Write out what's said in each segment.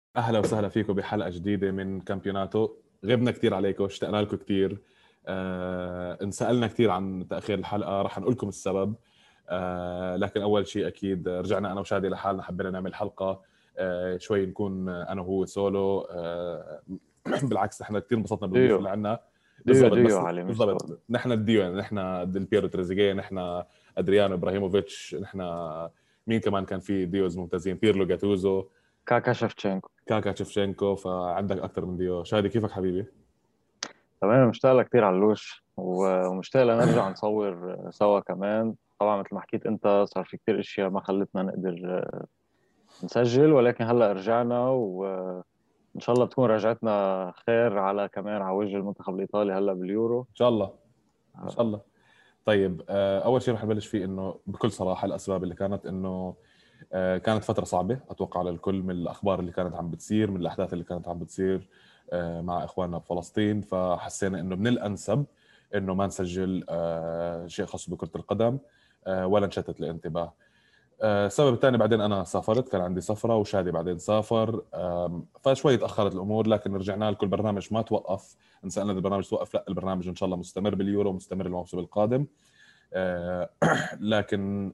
اهلا وسهلا فيكم بحلقه جديده من كامبيوناتو. غبنا كثير عليكم، اشتقنا لكم كثير. انسالنا كثير عن تاخير الحلقه، راح نقول لكم السبب. لكن اول شيء اكيد رجعنا انا وشادي لحالنا، حبينا نعمل حلقه شوي نكون انا وهو سولو. بالعكس احنا كثير انبسطنا بالضيوف ديو اللي عندنا. ديو بالضبط، ديو بس علي مش سولو. بالضبط نحن الديو، يعني نحن ديل بيرو تريزيجيه، نحن ادريانو ابراهيموفيتش، نحن مين كمان كان في ديوز ممتازين، بيرلو جاتوزو، كاكا شفتشينكو. كاكا تشفشенكو. فعندك اكثر من ديو. شادي كيفك حبيبي؟ تمام، مشتاق لك كتير علوش ومشتاق لنرجع نصور سوا كمان. طبعا مثل ما حكيت انت صار في كتير اشياء ما خلتنا نقدر نسجل، ولكن هلا رجعنا وان شاء الله بتكون رجعتنا خير على كمان على وجه المنتخب الايطالي هلا باليورو. ان شاء الله، ان شاء الله. طيب، اول شيء رح نبلش فيه انه بكل صراحه الاسباب اللي كانت انه كانت فتره صعبه اتوقع للكل، من الاخبار اللي كانت عم بتصير، من الاحداث اللي كانت عم بتصير مع اخواننا بفلسطين. فحسينا انه من الانسب انه ما نسجل شيء خاص بكره القدم ولا نشتت الانتباه. السبب الثاني، بعدين انا سافرت، كان عندي سفره، وشادي بعدين سافر. فشوي تاخرت الامور، لكن رجعنا لكم. البرنامج ما توقف، نسالنا اذا البرنامج توقف، لا البرنامج ان شاء الله مستمر باليورو، مستمر الموسم القادم. آه، لكن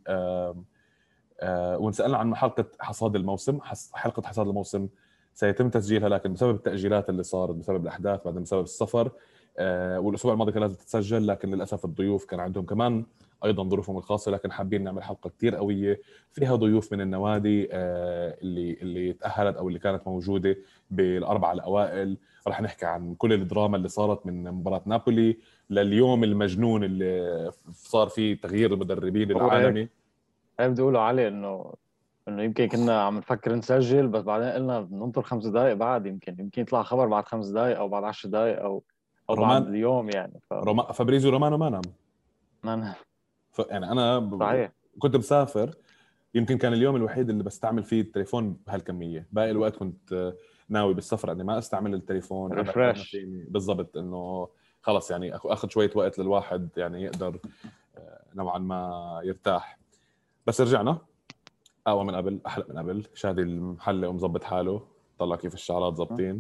ونسالنا عن حلقه حصاد الموسم. حلقه حصاد الموسم سيتم تسجيلها، لكن بسبب التاجيلات اللي صارت، بسبب الاحداث، بعدين بسبب السفر. والاسبوع الماضي كان لازم تتسجل، لكن للاسف الضيوف كان عندهم كمان ايضا ظروفهم الخاصه. لكن حابين نعمل حلقه كتير قويه فيها ضيوف من النوادي اللي تاهلت او اللي كانت موجوده بالاربعه الاوائل. راح نحكي عن كل الدراما اللي صارت من مباراه نابولي لليوم المجنون اللي صار فيه تغيير المدربين هو هيك العالمي. هيك بدي اقولوا علي انه يمكن كنا عم نفكر نسجل، بس بعدين قلنا بننطر 5 دقائق بعد، يمكن يطلع خبر بعد 5 دقائق او بعد 10 دقائق او بعد رومان يوم يعني فابريزيو رومانو ما نام. ما يعني انا صحيح. كنت مسافر، يمكن كان اليوم الوحيد اللي بستعمل فيه التليفون بهالكميه. باقي الوقت كنت ناوي بالسفر اني ما استعمل التليفون، ابعد قد ما ريفرش. فيني. بالضبط، انه خلص يعني اخذ شويه وقت للواحد يعني يقدر نوعا ما يرتاح. بس رجعنا اقوى من قبل، احلى من قبل. شادي المحلق ومظبط حاله، طلع كيف الشعرات ظابطين.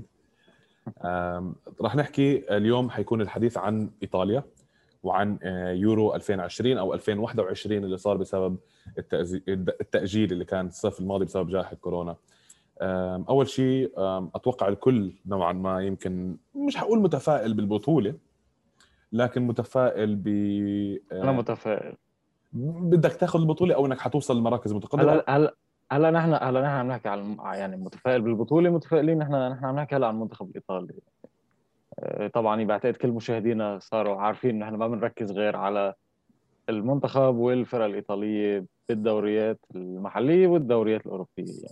راح نحكي اليوم، حيكون الحديث عن ايطاليا وعن يورو 2020 او 2021 اللي صار بسبب التأجيل اللي كان الصيف الماضي بسبب جائحة كورونا. اول شيء اتوقع الكل نوعا ما، يمكن مش حقول متفائل بالبطولة، لكن متفائل انا متفائل. بدك تاخذ البطولة او انك حتوصل لمراكز متقدمة او. هلا نحن عم نحكي يعني متفائل بالبطوله، متفائلين. نحن عم نحكي هلا عن المنتخب الايطالي. طبعا بعتقد كل مشاهدينا صاروا عارفين ان احنا ما بنركز غير على المنتخب والفرق الايطاليه بالدوريات المحليه والدوريات الاوروبيه يعني.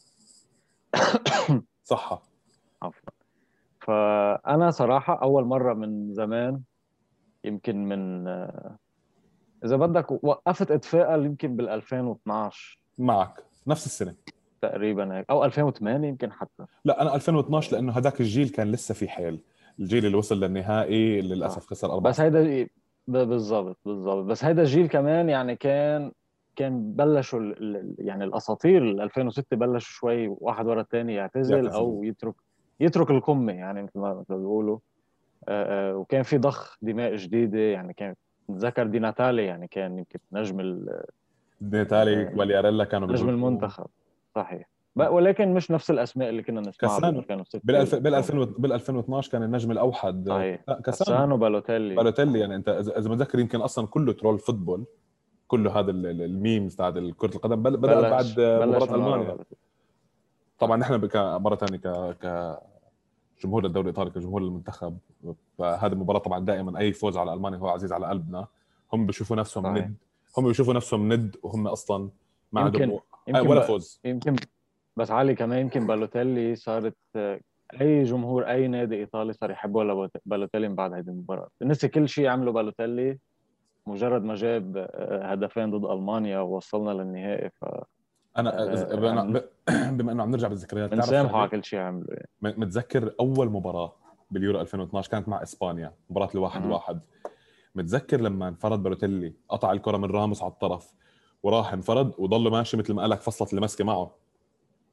صحة. عفوا. فانا صراحه اول مره من زمان، يمكن من اذا بدك وقفت اتفائل يمكن بال 2012 معك نفس السنة. تقريبا هيك، او 2008 يمكن حتى. لا انا 2012، لانه هذاك الجيل كان لسه في حيل. الجيل اللي وصل للنهائي اللي صح. للاسف خسر بس 4-0. هيدا بالضبط. بس هيدا الجيل كمان يعني كان بلشوا يعني الاساطير 2006 بلشوا شوي واحد ورا الثاني يعتزل يعتزلوا. او يترك القمه، يعني مثل ما بيقولوا. وكان في ضخ دماء جديده، يعني كان نتذكر دي ناتالي، يعني كان يمكن نيتالي كوالياريلا كانوا نجم بالهجوم. المنتخب. صحيح. ولكن مش نفس الاسماء اللي كنا نسمعها بال كاسانو 2006 وال بال 2008. 2012 كان النجم الاوحد صحيح. لا كاسانو. كاسانو، بالوتيلي. بالوتيلي، صحيح. يعني انت اذا متذكر يمكن اصلا كله ترول فوتبول، كله هذا الميمز تاع كرة القدم بدأت بعد بلش مباراة من ورا المانيا. بالوتيلي. طبعا صح. نحن مرة ثانية كجمهور للدوري الايطالي، كجمهور للمنتخب، فهذه المباراة طبعا دائما اي فوز على المانيا هو عزيز على قلبنا. هم بيشوفوا نفسهم صحيح. ند، هم بيشوفوا نفسهم ند وهم اصلا ما يمكن عندهم يمكن ولا فوز. يمكن بس علي كمان، يمكن بالوتيلي صارت اي جمهور اي نادي ايطالي صار يحبوا بالوتيلي من بعد هذه المباراه. نسي كل شيء عمله بالوتيلي، مجرد ما جاب هدفين ضد المانيا ووصلنا للنهائي. انا يعني بما انه عم نرجع بالذكريات، تعرف بنسامحه على شادي، كل شيء عمله يعني. متذكر اول مباراة باليورو 2012 كانت مع اسبانيا، مباراة الواحد مهم. واحد. متذكر لما انفرد بالوتيلي، قطع الكرة من راموس على الطرف، وراح انفرد وضل ماشي مثل ما قالك، فصلت اللي ماسكه معه.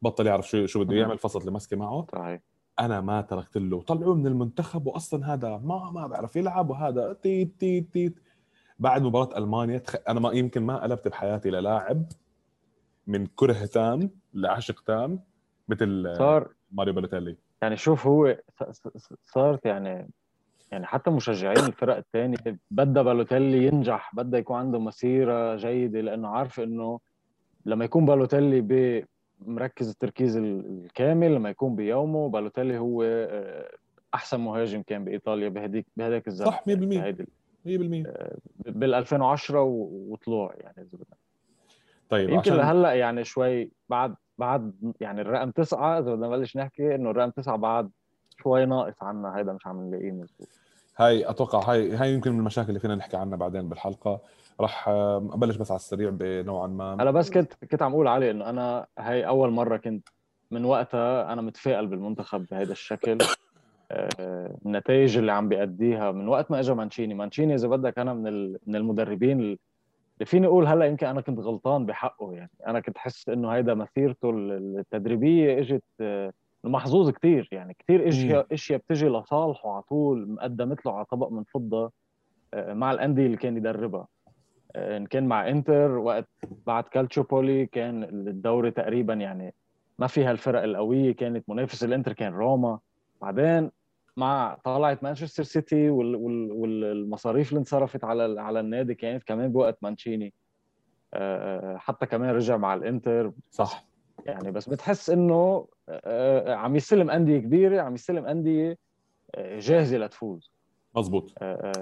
بطل يعرف شو بده يعمل، فصلت المسكه معه. صحيح. انا ما تركت له، طلعوه من المنتخب واصلا هذا ما بيعرف يلعب، وهذا تيت تيت تيت. بعد مباراه المانيا انا ما يمكن ما قلبت بحياتي للاعب من كره تام لعشق تام مثل صار ماريو بالوتيلي. يعني شوف هو صارت يعني حتى مشجعين الفرق الثانية بدها بالوتيلي ينجح، بدها يكون عنده مسيرة جيدة، لأنه عارف إنه لما يكون بالوتيلي مركز التركيز الكامل، لما يكون بيومه، بالوتيلي هو أحسن مهاجم كان بإيطاليا بهداك الزمن، صح، يعني 100%. بهيدي 100%. بال 2010 وطلوع يعني إذا بدنا. طيب يمكن عشان لهلا يعني شوي بعد يعني الرقم 9، إذا بدنا نبلش نحكي إنه الرقم 9 بعد شوي ناقص عنا، هيدا مش عم نلاقيه مزبوط. هاي اتوقع هاي يمكن من المشاكل اللي فينا نحكي عنها بعدين بالحلقه. راح ابلش بس على السريع بنوعا ما. هلا بس كنت عم اقول علي انه انا هاي اول مره كنت من وقتها انا متفائل بالمنتخب بهذا الشكل. النتائج اللي عم بيأديها من وقت ما اجى مانشيني اذا بدك انا من المدربين اللي فيني اقول هلا يمكن انا كنت غلطان بحقه. يعني انا كنت حس انه هيدا مسيرته التدريبيه اجت محظوظ كثير، يعني كثير امم اشياء بتجي لصالحه على طول، مقدمت له على طبق من فضه مع الانديه اللي كان يدربها. ان كان مع انتر وقت بعد كالتشوبولي كان الدوري تقريبا يعني ما فيها الفرق القويه، كانت منافس الانتر كان روما. بعدين مع طلعت مانشستر سيتي والمصاريف اللي انصرفت على النادي كانت كمان بوقت مانشيني. حتى كمان رجع مع الانتر. بس صح. يعني بس بتحس انه عم يستلم انديه كبيره، عم يستلم انديه جاهزه لتفوز. مزبوط.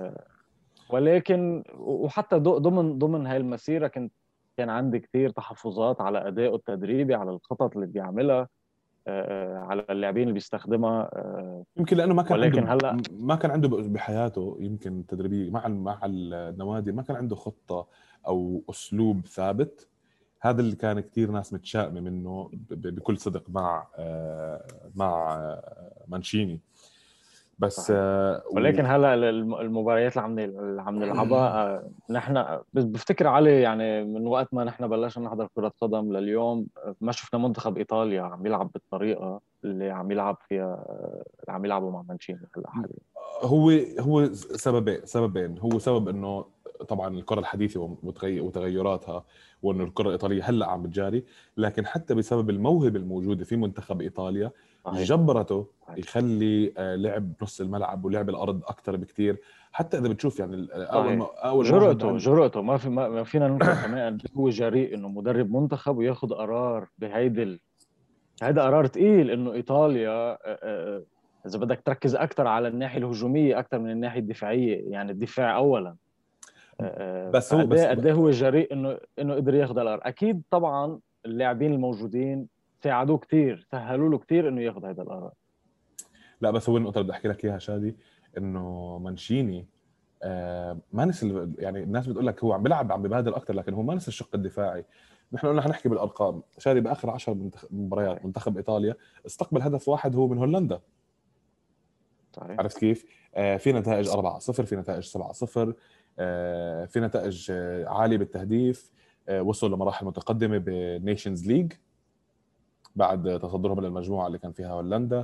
ولكن وحتى ضمن هاي المسيره كان عندي كثير تحفظات على ادائه التدريبي، على الخطط اللي بيعملها، على اللاعبين اللي بيستخدمها. يمكن لانه ولكن هلا ما كان عنده بحياته يمكن تدريبيه مع النوادي، ما كان عنده خطه او اسلوب ثابت. هذا اللي كان كثير ناس متشائمه منه بكل صدق مع مانشيني. بس صحيح. ولكن هلا المباريات اللي عم نلعبها نحن بفتكر علي يعني من وقت ما نحن بلشنا نحضر كرة قدم لليوم ما شفنا منتخب ايطاليا عم يلعب بالطريقة اللي عم يلعب فيها، اللي عم يلعبوا مع مانشيني هلا حاليا. هو سببين. هو سبب انه طبعا الكره الحديثه وتغيراتها، وانه الكره الايطاليه هلا عم بتجاري. لكن حتى بسبب الموهبه الموجوده في منتخب ايطاليا صحيح. جبرته صحيح. يخلي لعب نص الملعب ولعب الارض اكثر بكثير. حتى اذا بتشوف يعني صحيح. اول موهبه جرأته ما فينا ننكر كمان قد إيه هو جريء انه مدرب منتخب وياخذ قرار هيدا قرار ثقيل انه ايطاليا اذا بدك تركز اكثر على الناحيه الهجوميه اكثر من الناحيه الدفاعيه، يعني الدفاع اولا. بس هو فقد بس ايه قد ايه هو جريء انه قدر ياخذ القرار. اكيد طبعا اللاعبين الموجودين ساعدوه كثير، سهلوا له كثير انه ياخذ هذا القرار. لا، بس هو النقطه اللي بدي احكي لك اياها شادي، انه مانشيني ما نسي. يعني الناس بتقول لك هو عم ببادر اكثر، لكن هو ما نسي الشق الدفاعي. نحن قلنا حنحكي بالارقام. شاري باخر 10 مباريات صحيح. منتخب ايطاليا استقبل هدف واحد هو من هولندا. صحيح. عرفت كيف؟ في نتائج 4-0، في نتائج 7-0، في نتائج عاليه بالتهديف. وصلوا لمراحل متقدمه بالنيشنز ليج بعد تصدرهم للمجموعه اللي كان فيها هولندا.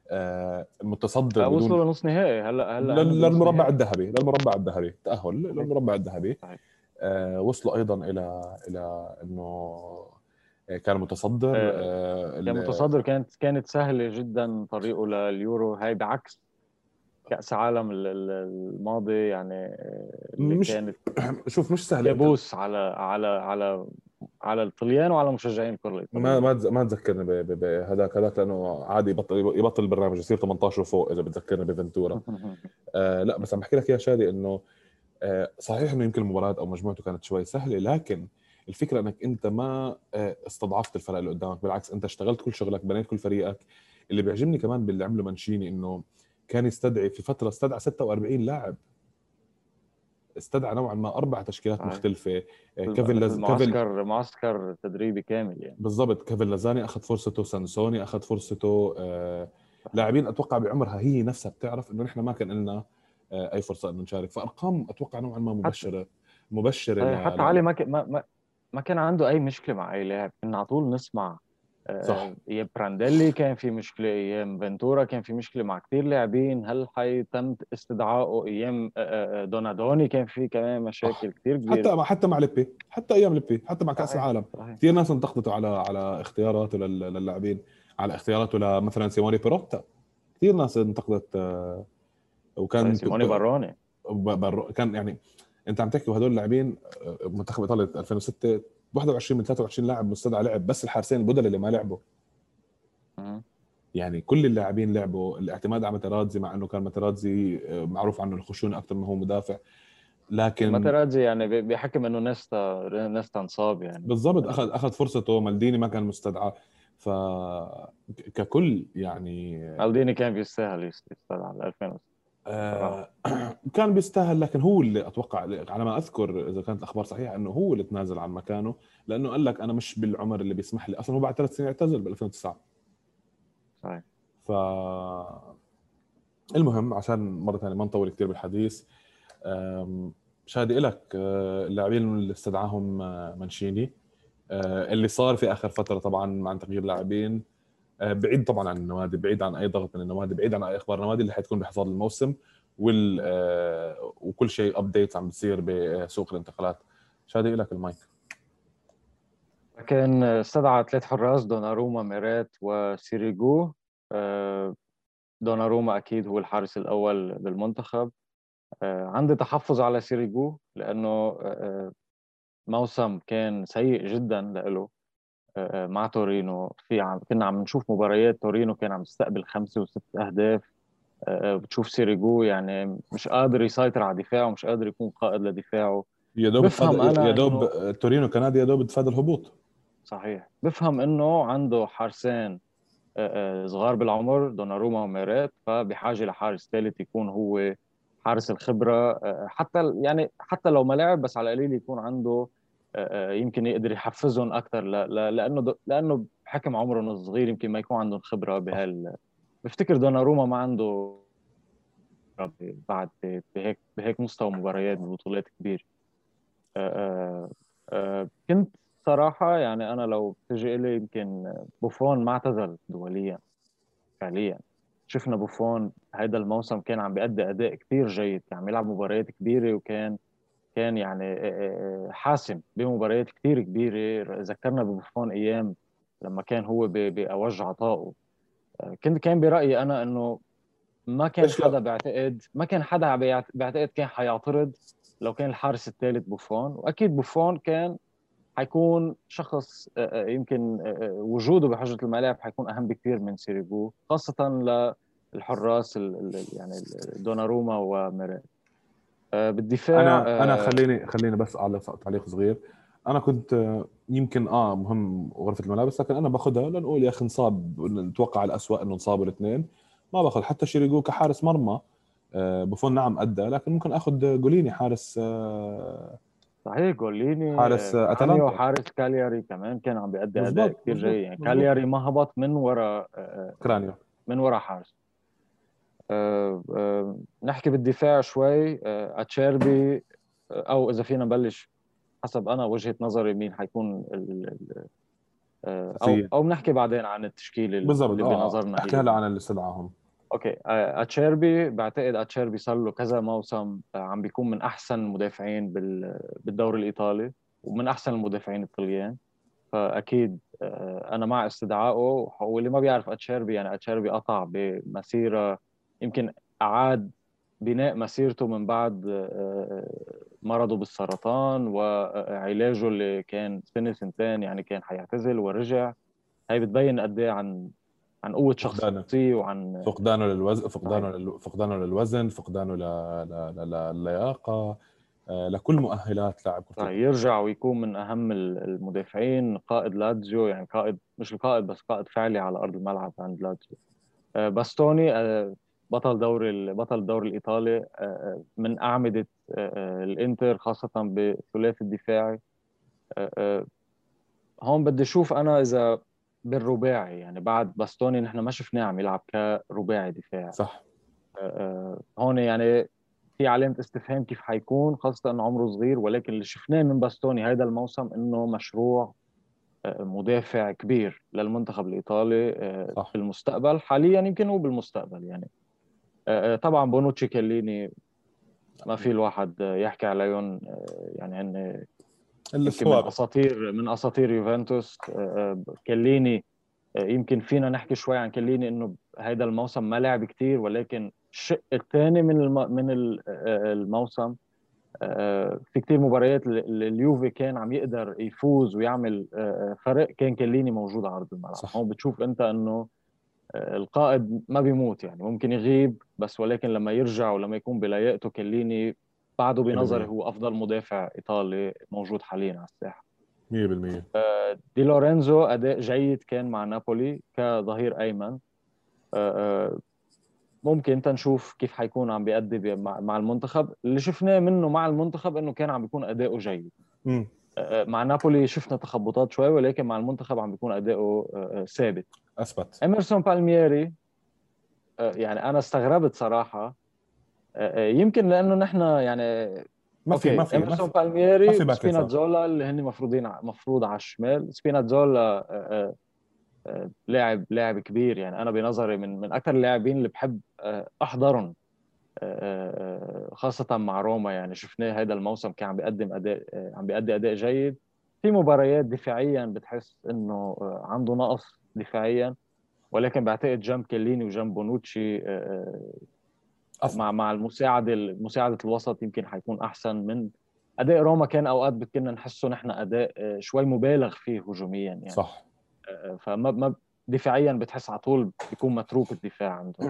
المتصدر بدون وصلوا لنص نهائي، هلا هن بنص للمربع نهائي. الذهبي، تأهل صحيح. للمربع الذهبي. صحيح. وصلوا ايضا الى انه كان متصدر كان متصدر، كانت سهله جدا طريقه لليورو، هاي بعكس كأس عالم الماضي يعني اللي مش كانت شوف مش سهل انت. كابوس على الطليان وعلى مشجعين الكرة الإيطالية. ما تذكرني بهذاك لانه عادي يبطل البرنامج يصير 18 وفوق اذا بتذكرني بفنتورا. لا، بس عم بحكي لك يا شادي انه صحيح انه يمكن المباراه او مجموعته كانت شوي سهله، لكن الفكره انك انت ما استضعفت الفرق اللي قدامك. بالعكس، انت اشتغلت كل شغلك، بنيت كل فريقك. اللي بيعجبني كمان باللي عمله مانشيني انه كان يستدعي في فتره، استدعى 46 لاعب، استدعى نوعا ما 4 تشكيلات صحيح. مختلفه. مثل كيفن معسكر تدريبي كامل يعني. بالضبط. كيفن لازاني اخذ فرصته، سانسوني اخذ فرصته. صحيح. لاعبين اتوقع بعمرها هي نفسها بتعرف انه نحن ما كان لنا اي فرصه انه نشارك. فارقام اتوقع نوعا ما حتى مبشره صحيح. حتى علي ما كان عنده أي مشكلة مع أي لاعب. كنا على طول نسمع صح. ايام برانديلي كان في مشكله، ايام فنتورا كان في مشكله مع كثير لاعبين. هل حيتم استدعائه ايام دونادوني كان في كمان صح. مشاكل كثير كبيره. حتى مع ليبي، حتى ايام ليبي، حتى مع كاس صحيح العالم صحيح. كثير ناس انتقدته على اختياراته للاعبين، على اختياراته لمثلا سيموني بيروتا. كثير ناس انتقدت صحيح. وكان سيموني بروني. كان يعني انت عم تحكي وهدول اللاعبين منتخب ايطاليا 2006 21 من 23 لاعب مستدعى لعب، بس الحارسين البدل اللي ما لعبوا. مم. يعني كل اللاعبين لعبوا. الاعتماد على ماتيراتزي، مع انه كان ماتيراتزي معروف عنه الخشونه اكثر ما هو مدافع، لكن الماتيراتزي يعني بيحكم انه نيستا انصاب يعني. بالضبط اخذ فرصته. مالديني ما كان مستدعى. ف ككل يعني مالديني كان بيستاهل يستدعى ل 2006 صراحه. آه، كان بيستاهل، لكن هو اللي اتوقع على ما اذكر اذا كانت الاخبار صحيحه انه هو اللي تنازل عن مكانه، لانه قال لك انا مش بالعمر اللي بيسمح لي. اصلا هو بعد 3 سنين اعتزل بال 2009. صحيح. ف المهم عشان مره ثانيه ما نطول كثير بالحديث، شادي لك اللاعبين اللي استدعاهم مانشيني، اللي صار في اخر فتره طبعا مع تغيير لاعبين، بعيد طبعا عن النوادي، بعيد عن اي ضغط من النوادي، بعيد عن اي اخبار النوادي اللي حتكون بحصاد الموسم وكل شيء ابديتس عم بتصير بسوق الانتقالات. شادي لك المايك. كان استدعى 3 حراس: دوناروما، ميرات، وسيريجو. آه، دوناروما اكيد هو الحارس الاول بالمنتخب. عندي تحفظ على سيريجو لانه موسم كان سيء جدا له مع تورينو. كنا عم نشوف مباريات تورينو كان عم يستقبل 5 و6 أهداف. بتشوف سيريجو يعني مش قادر يسيطر على دفاعه، مش قادر يكون قائد لدفاعه. يا دوب بفهم يا أنا دوب إنه تورينو كنادي يا دوب تفادى الهبوط. صحيح. بفهم إنه عنده حارسين صغار بالعمر، دوناروما وميرات، فبحاجة لحارس ثالث يكون هو حارس الخبرة. يعني حتى لو ما لعب بس على القليل يكون عنده يمكن يقدر يحفزهم أكثر، لأنه بحكم عمره الصغير يمكن ما يكون عندهم خبرة صح. بفتكر دوناروما ما عنده خبرة بعد بهيك مستوى مباريات ببطولات كبيرة. آه، كنت صراحة يعني أنا لو تجي إلي يمكن بوفون ما اعتزل دوليا فعليا. شفنا بوفون هيدا الموسم كان عم بيأدي أداء كتير جيد، كان عم يلعب مباريات كبيرة، كان يعني حاسم بمباريات كتير كبيرة. ذكرنا ببوفون أيام لما كان هو بأوج عطائه. كان برأيي أنا إنه ليش لا؟ ما كان حدا بيعتقد كان حيعترض لو كان الحارس الثالث بوفون. وأكيد بوفون كان حيكون شخص يمكن وجوده بحجة الملاعب حيكون أهم بكثير من سيريجو، خاصة للحراس يعني دوناروما وميريت. بالدفاع انا خليني بس اعلق تعليق صغير. انا كنت يمكن مهم غرفه الملابس، لكن انا باخذها لنقول يا اخي انصاب، نتوقع الأسوأ انه انصابوا الاثنين. ما باخذ حتى شيريجو كحارس مرمى. بوفون نعم ادى، لكن ممكن اخذ جوليني حارس صحيح. جوليني، حارس كرانيو اتلانتا. حارس كالياري كمان كان عم بيأدي أداء مزبوط كثير مزبوط جيد. يعني مزبوط. كالياري ما هبط كرانيو. من وراء حارس. نحكي بالدفاع شوي. اتشيربي، او اذا فينا نبلش حسب انا وجهة نظري مين حيكون او اساسيين. بنحكي بعدين عن التشكيله بالضبط. اللي بنظرنا احكي هي هلا مين. عن اللي استدعاهم. اوكي. اتشيربي، بعتقد اتشيربي صار له كذا موسم عم بيكون من احسن المدافعين بالدوري الايطالي ومن احسن المدافعين الطليان. فاكيد انا مع استدعائه. واللي ما بيعرف اتشيربي، يعني اتشيربي قطع بمسيره، يمكن اعاد بناء مسيرته من بعد مرضه بالسرطان وعلاجه اللي كان سنة سنتين، يعني كان حيعتزل ورجع. هاي بتبين قد ايه عن قوة فقدانه شخصية وعن فقدانه للوزن، صحيح. فقدانه للياقه، لكل مؤهلات لاعب كره صحيح. القدم. يرجع ويكون من أهم المدافعين، قائد لاتزيو، يعني قائد مش القائد بس قائد فعلي على أرض الملعب عند لاتزيو. باستوني، بطل الدوري الإيطالي، من أعمدة الإنتر خاصة بالثلاثي الدفاعي. آه، آه، هون بدي أشوف أنا إذا بالرباعي، يعني بعد باستوني نحن ما شفناه عم يلعب كرباعي دفاع. صح. هون يعني في علامة استفهام كيف حيكون، خاصة انه عمره صغير. ولكن اللي شفناه من باستوني هذا الموسم انه مشروع مدافع كبير للمنتخب الإيطالي صح. في المستقبل. حاليا يمكن هو بالمستقبل يعني. طبعا بونوتشي كيليني ما في الواحد يحكي عليهم، يعني هن يمكن من الثوابت. اساطير يوفنتوس. كيليني يمكن فينا نحكي شوي عن كيليني انه هذا الموسم ما لعب كثير، ولكن الشق الثاني الموسم في كثير مباريات اليوفي كان عم يقدر يفوز ويعمل فرق، كان كيليني موجود على ارض الملعب. صح. هون بتشوف انت انه القائد ما بيموت، يعني ممكن يغيب بس ولكن لما يرجع ولما يكون بلايقته كليني بعده بنظري 100%. هو أفضل مدافع إيطالي موجود حاليا على الساحة. 100%. دي لورينزو أداء جيد كان مع نابولي كظهير أيمن. ممكن انت نشوف كيف حيكون عم بيأدي مع المنتخب. اللي شفناه منه مع المنتخب انه كان عم بيكون أداؤه جيد. امم. مع نابولي شفنا تخبطات شوي، ولكن مع المنتخب عم بيكون أداؤه ثابت. اثبت. إميرسون بالمييري يعني انا استغربت صراحه. يمكن لانه نحن يعني ما في ما اوكي في ما اميرسون في ما بالميري في باك يسار. وسبيناتزولا اللي هن مفروض على الشمال. سبيناتزولا لاعب كبير، يعني انا بنظري من اكثر اللاعبين اللي بحب احضرهم، خاصه مع روما. يعني شفناه هذا الموسم كان عم بيقدم اداء، عم بيأدي اداء جيد. في مباريات دفاعيا بتحس انه عنده نقص دفاعيا، ولكن بعتقد جنب كيليني وجنب بونوتشي اصلا. مع مساعدة الوسط يمكن حيكون أحسن من أداء روما. كان أوقات كنا نحسه نحن أداء شوي مبالغ فيه هجوميا يعني. صح. فما ما دفاعيا بتحس على طول بيكون متروك الدفاع عنده.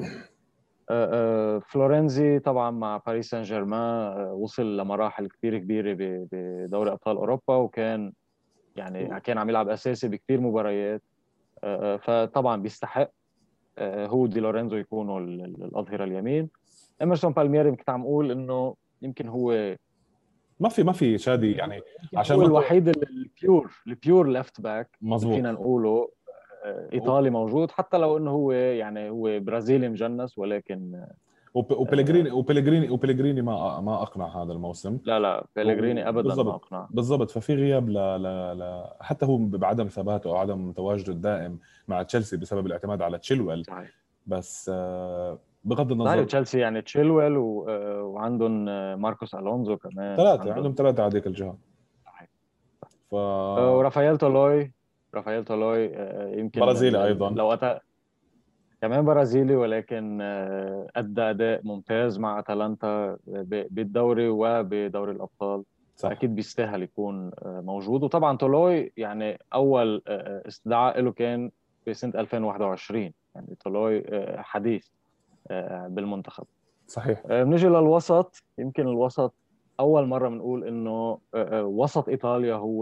فلورنزي طبعا مع باريس سان جيرمان وصل لمراحل كثير كبيرة بدوري أبطال أوروبا، وكان يعني كان عم يلعب أساسي بكثير مباريات. فطبعا بيستحق هو دي لورينزو يكونوا الأظهرة اليمين. إمرسون بالميري كنت عم أقول إنه يمكن هو ما في شادي يعني. يمكن عشان هو ما الوحيد البيور ليفت باك اللي مزبوط. فينا نقوله ايطالي موجود، حتى لو انه هو يعني هو برازيلي مجنس، ولكن وبيلغريني ما اقنع هذا الموسم. لا لا بيلغريني ابدا ما بالضبط. اقنع. بالضبط، ففي غياب حتى هو بعدم ثباته او عدم تواجده الدائم مع تشيلسي بسبب الاعتماد على تشيلويل. صحيح. بس بغض صحيح النظر. تشيلسي يعني تشيلويل وعندهم ماركوس الونزو كمان ثلاثه عندهم. عندهم ثلاثه على ذيك الجهه. صحيح. ف ورافائيل تولوي. رافائيل تولوي يمكن برازيلي ايضا. لو أتى كمان برازيلي، ولكن أدى أداء ممتاز مع أتلانتا بالدوري وبدوري الأبطال. صح. أكيد بيستاهل يكون موجود. وطبعا تولوي يعني أول استدعاء له كان في سنة 2021، يعني تولوي حديث بالمنتخب. صحيح. بنيجي للوسط. يمكن الوسط أول مرة بنقول إنه وسط إيطاليا هو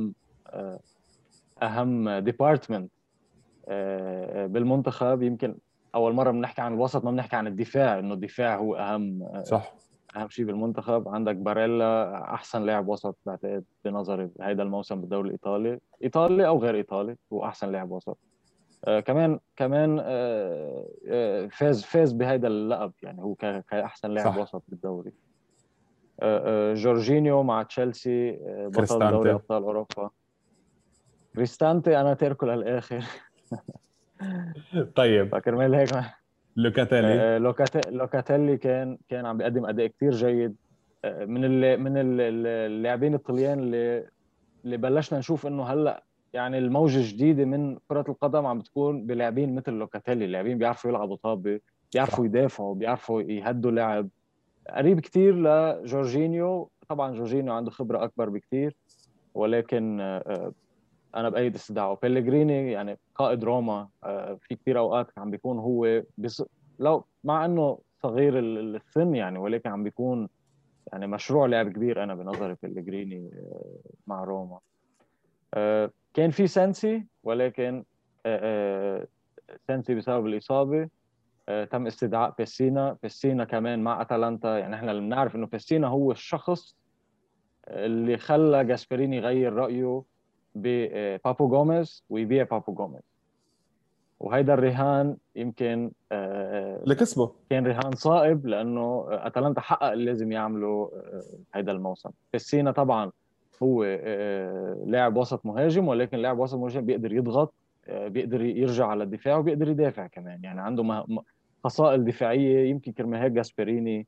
أهم ديبارتمنت بالمنتخب. يمكن اول مره بنحكي عن الوسط ما بنحكي عن الدفاع، انه الدفاع هو صح. اهم شيء بالمنتخب. عندك باريلا احسن لاعب وسط بعتقد بنظري هذا الموسم بالدوري الايطالي، ايطالي او غير ايطالي، هو احسن لاعب وسط. كمان فاز بهذا اللقب، يعني هو كاحسن لاعب صح. وسط بالدوري. جورجينيو مع تشيلسي بطل دوري كريستانتي. ابطال اوروبا. كريستانتي انا تاركه للاخر. طيب. فكرمال هيك لوكاتيلي. لوكاتيلي كان عم بيقدم اداء كتير جيد. من اللاعبين الطليان اللي بلشنا نشوف انه هلا يعني الموجه الجديده من كره القدم عم بتكون بلاعبين مثل لوكاتيلي، لاعبين بيعرفوا يلعبوا طابه، بيعرفوا صح. يدافعوا، بيعرفوا يهدوا لعب. قريب كتير لجورجينيو. طبعا جورجينيو عنده خبره اكبر بكتير، ولكن انا بايد استدعائه. بيلغريني يعني قائد روما في كثير اوقات عم بيكون هو لو مع انه صغير السن يعني، ولكن عم بيكون يعني مشروع لعب كبير انا بنظري بيلغريني مع روما. كان في سانسي، ولكن سانسي بسبب الاصابه تم استدعاء بيسينا. بيسينا كمان مع اتلانتا، يعني احنا اللي بنعرف انه بيسينا هو الشخص اللي خلى جاسبريني يغير رايه ببابو جوميز ويبيع بابو جوميز. وهيدا الرهان يمكن اللي كسبه. كان رهان صائب، لانه اتلانتا حقق اللي لازم يعمله هيدا الموسم. بسينا طبعا هو لاعب وسط مهاجم، ولكن لاعب وسط مهاجم بيقدر يضغط، بيقدر يرجع على الدفاع وبيقدر يدافع كمان. يعني عنده خصائل دفاعية. يمكن كرمال هيك جاسبريني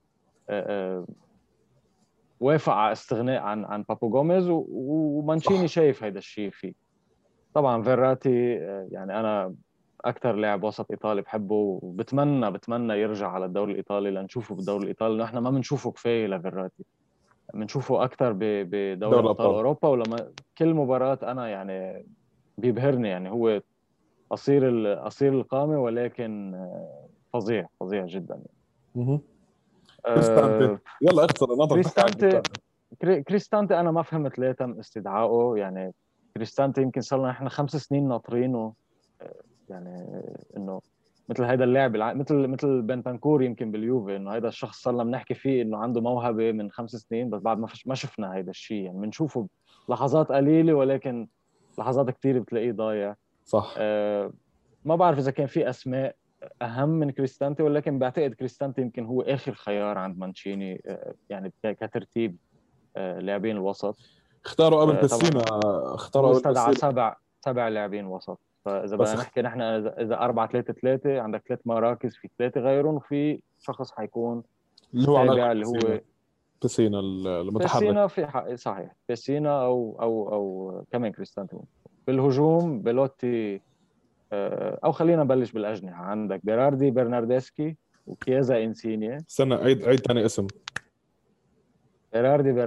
وافق على استغناء عن بابو جوميز، ومانشيني صح. شايف هيدا الشيء فيه. طبعا فيراتي يعني انا اكثر لاعب وسط ايطالي بحبه، وبتمنى يرجع على الدوري الايطالي لنشوفه بالدوري الايطالي، لانه احنا ما بنشوفه كفايه لفيراتي. بنشوفه اكثر بدوري دوري ابطال الابطال. اوروبا، ولما كل مباراه انا يعني بيبهرني. يعني هو قصير القامه، ولكن فظيع فظيع جدا يعني. مهم. كريستانتي، آه، يلا اختصر نظرك، تحكي عن كريستانتي كريستانتي. كريستانتي انا ما فهمت ليه تم استدعائه يعني. كريستانتي يمكن صار لنا احنا 5 سنين ناطرينه. يعني انه مثل هيدا اللاعب مثل بنتانكور يمكن باليوفي، انه هيدا الشخص صار لنا بنحكي فيه انه عنده موهبه من 5 سنين، بس بعد ما شفنا هيدا الشيء. يعني بنشوفه لحظات قليله، ولكن لحظات كثير بتلاقيه ضايع. صح. أه ما بعرف اذا كان في اسماء اهم من كريستانتي، ولكن بعتقد كريستانتي يمكن هو اخر خيار عند مانشيني. يعني كترتيب لاعبين الوسط. اختاروا قبل طبعا بسينا، اختاروا هو قبل استدعى بسينا. سبع لاعبين وسط. فاذا بس بدنا نحكي نحن، اذا 4-3-3 عندك 3 مراكز، في 3 غيرهم، وفي شخص حيكون اللي هو على تابع الاغلب اللي بسينا، هو بسينا المتحرك. بيسينا. في حق صحيح، بيسينا او كمان كريستانتو. بالهجوم بيلوتي. او خلينا نبلش بالاجنحه. عندك بيراردي، برناردسكي، وكيازا انسينيا. استنى، عيد ثاني اسم. بيراردي،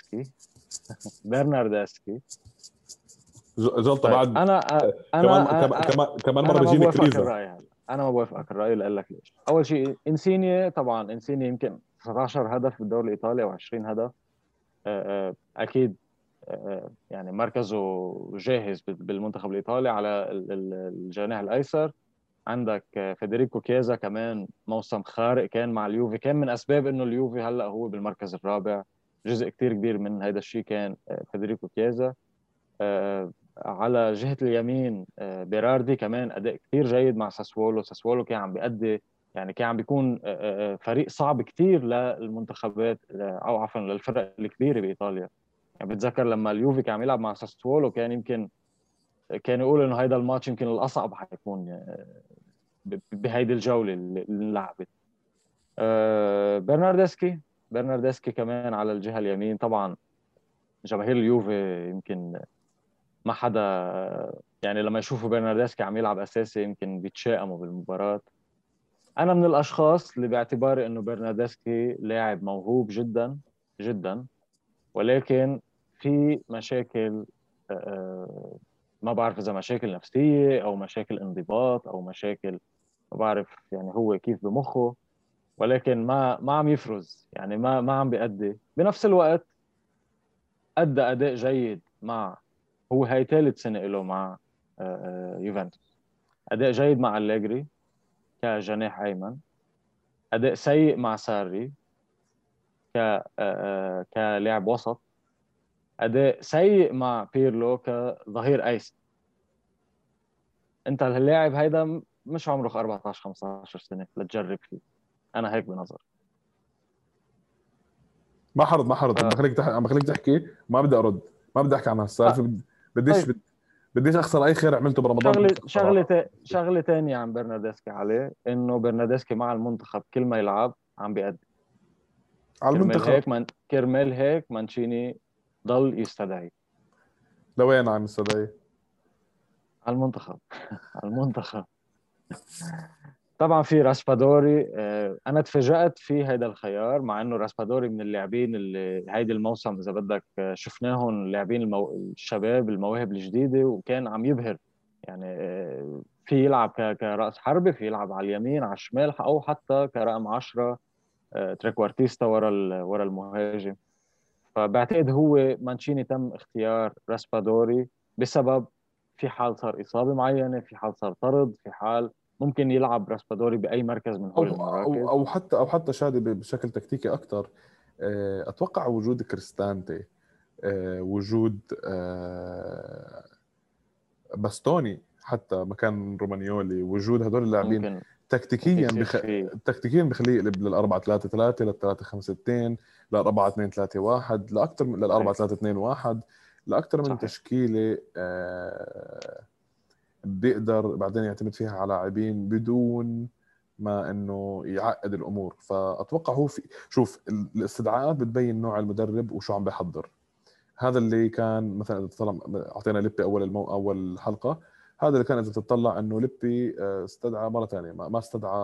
برناردسكي. جلطه طيب بعد. كمان انا كمان مره انا ما بيجيني بوافقك كريزا. الراي هلا. انا ما بوافقك الراي، اللي اقول لك ليش. اول شيء انسيني، طبعا انسيني يمكن 19 هدف بالدوري الايطالي او 20 هدف. اكيد. يعني مركزه جاهز بالمنتخب الايطالي على الجناح الايسر. عندك فيدريكو كيازا كمان، موسم خارق كان مع اليوفي، كان من اسباب انه اليوفي هلا هو بالمركز الرابع. جزء كتير كبير من هذا الشيء كان فيدريكو كيازا. على جهة اليمين بيراردي كمان أداء كتير جيد مع ساسولو كان عم بيأدي. يعني كان عم بيكون فريق صعب كتير للمنتخبات، أو عفوا للفرق الكبيرة بإيطاليا. يعني بتذكر لما اليوفي كان عم يلعب مع ساسولو، كان يمكن كان يقول إنه هيدا الماتش يمكن الأصعب حيكون بهيدي الجولة اللي انلعبت. برناردسكي كمان على الجهة اليمين. طبعا جماهير اليوفي يمكن ما حدا يعني لما يشوفوا برناردسكي عم يلعب اساسي يمكن بيتشائموا بالمباراه. انا من الاشخاص اللي باعتباري انه برناردسكي لاعب موهوب جدا جدا، ولكن في مشاكل. ما بعرف اذا مشاكل نفسيه او مشاكل انضباط او مشاكل، ما بعرف يعني هو كيف بمخه. ولكن ما عم يفرز، يعني ما عم بيأدي. بنفس الوقت أدى أداء جيد مع، هو هاي ثالث سنة له مع يوفنتوس. أداء جيد مع أليجري كجناح أيمن. أداء سيء مع ساري كلاعب وسط. أداء سيء مع بيرلو كظهير أيسر. أنت اللاعب هيدا مش عمره 14 15 سنة لتجرب فيه. أنا هيك بنظر. ما حرض عم بخليك عم بخليك تحكي، ما بدي ارد، ما بدي احكي عن هالسالفه. بديش طيب، بديش اخسر اي خير عملته برمضان، بديش اخسره. شغلة تانية عن برناردسكي عليه، إنه برناردسكي مع المنتخب كل ما يلعب عم بيأدي. على المنتخب. كرمال هيك مانشيني ضل يستدعي لوين عم السداي؟ على المنتخب. على المنتخب. طبعا في راسبادوري. انا تفاجأت في هذا الخيار، مع انه راسبادوري من اللاعبين اللي هيدي الموسم اذا بدك شفناهم لاعبين الشباب المواهب الجديده، وكان عم يبهر. يعني في يلعب كرأس حربة، في يلعب على اليمين على الشمال، او حتى كرقم 10 تريكوارتيستا ورا المهاجم. فبعتقد هو مانشيني تم اختيار راسبادوري بسبب، في حال صار إصابة معينة، في حال صار طرد، في حال ممكن يلعب راسبادوري بأي مركز من هول المراكز. او حتى شادي بشكل تكتيكي اكثر. اتوقع وجود كريستانتي، وجود باستوني حتى مكان رومانيولي، وجود هدول اللاعبين ممكن تكتيكيا يصير في تكتيكيا بخليه يقلب لل 4-3-3 لل 3-5-2 لل 4-2-3-1 لاكثر من لل صحيح 4-3-2-1 لاكثر من صحيح تشكيله بيقدر بعدين يعتمد فيها على لاعبين بدون ما انه يعقد الامور. فاتوقع هو في شوف الاستدعاءات بتبين نوع المدرب وشو عم بيحضر. هذا اللي كان مثلا اذا طلع اعطينا لبي اول حلقه، هذا اللي كان اذا تطلع انه لبي استدعى مره ثانيه ما استدعى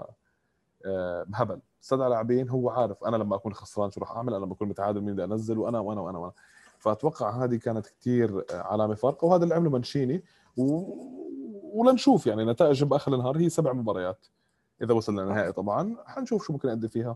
بهبل، استدعى لاعبين هو عارف انا لما اكون خسران شو راح اعمل، انا لما اكون متعادل مين بدي انزل، وانا. فاتوقع هذه كانت كثير علامه فارقه، وهذا اللي عمله مانشيني ولنشوف يعني نتائج باخر النهار هي 7 مباريات، اذا وصلنا للنهائي طبعا حنشوف شو ممكن يقدم فيها.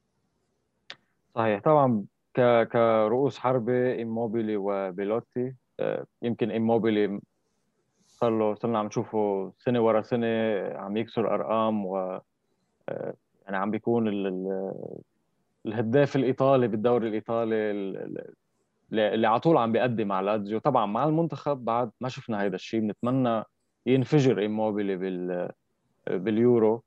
صحيح طبعا. كرؤوس حربة إيموبيلي وبيلوتي، يمكن إيموبيلي صرنا عم نشوفه سنة ورا سنة عم يكسر أرقام، و يعني عم بيكون الهداف الإيطالي بالدوري الإيطالي اللي على طول عم بيأدي مع لاتزيو. طبعا مع المنتخب بعد ما شفنا هيدا الشيء، بنتمنى ينفجر إيموبيلي باليورو.